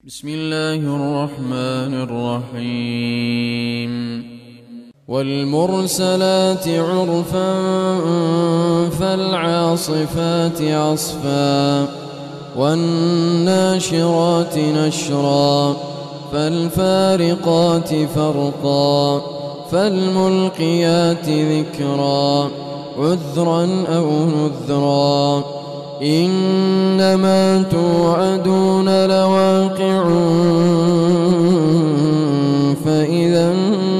بسم الله الرحمن الرحيم والمرسلات عرفا فالعاصفات عصفا والناشرات نشرا فالفارقات فرقا فالملقيات ذكرا عذرا أو نذرا إنما توعدون لواقع فإذا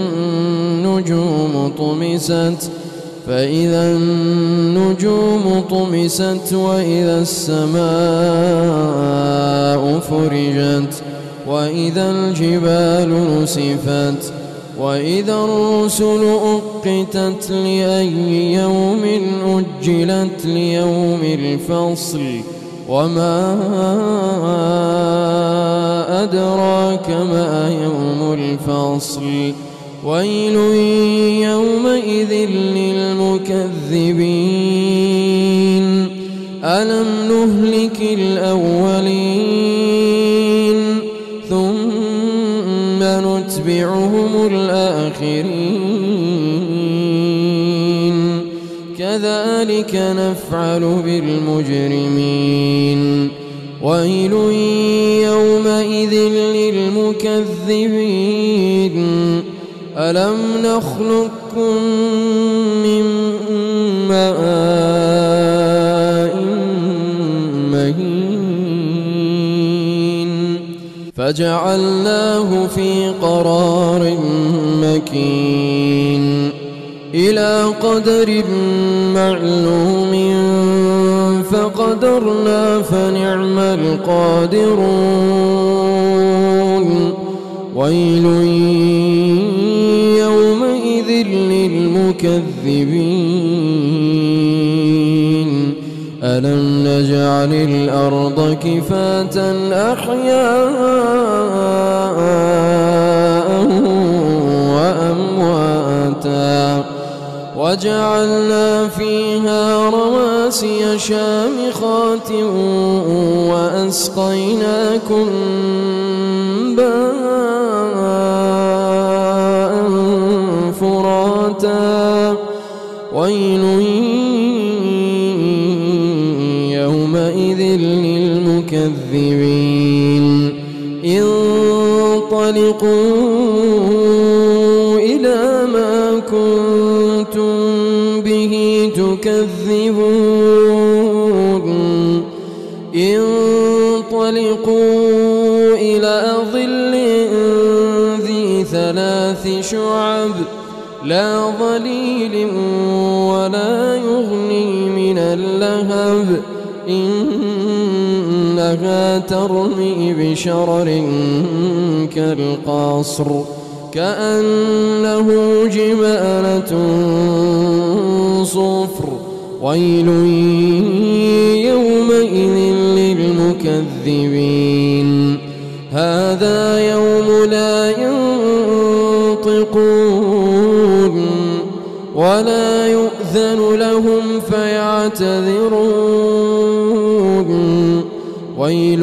النجوم طمست وإذا السماء فرجت وإذا الجبال نسفت وإذا الرسل أقتت لأي يوم أجلت ليوم الفصل وما أدراك ما يوم الفصل ويل يومئذ للمكذبين ألم نهلك الأولين ثم نتبعهم الآخرين كذلك نفعل بالمجرمين ويل يومئذ للمكذبين ألم نخلقكم من ماء مهين فجعلناه في قرار مكين إلى قدر معلوم فقدرنا فنعم القادرون ويل يومئذ للمكذبين ألم نجعل الأرض كفاة أحياء وأمواتا وجعلنا فيها رواسي شامخات وأسقيناكم ماء فراتا ويل يومئذ للمكذبين انطلقوا إلى ما كنتم به تكذبون انطلقوا إلى ظل ذي ثلاث شعب لا ظليل ولا يغني من اللهب إنها ترمي بشرر كالقصر كأنه جمالة صفر ويل يومئذ للمكذبين هذا يوم لا ينطقون ولا يؤذن لهم فيعتذرون ويل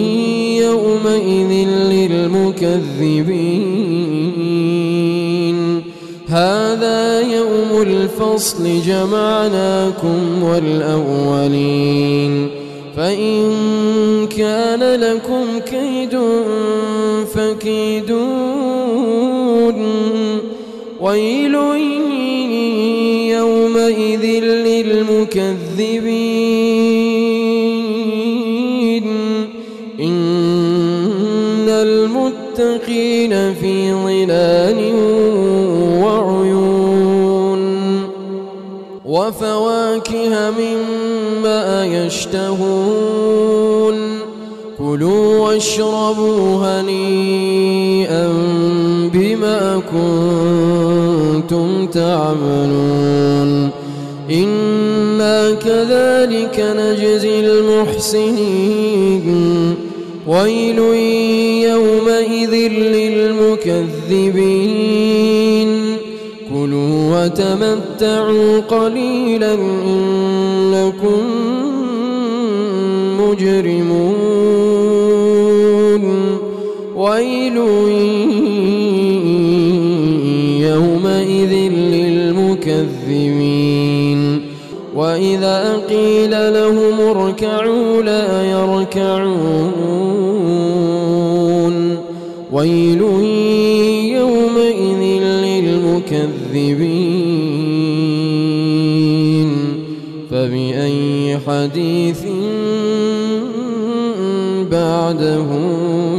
يومئذ للمكذبين هذا يوم الفصل جمعناكم والأولين فإن كان لكم كيد فكيدون ويل يومئذ للمكذبين إن المتقين في ظلال وعيون وفواكه مما يشتهون كلوا واشربوا هنيئا بما كنتم تعملون إنا كذلك نجزي المحسنين ويل يومئذ للمكذبين كلوا وتمتعوا قليلا إنكم مجرمون ويل يومئذ للمكذبين وإذا قيل لهم اركعوا لا يركعون ويل يومئذ للمكذبين فبأي حديث بعده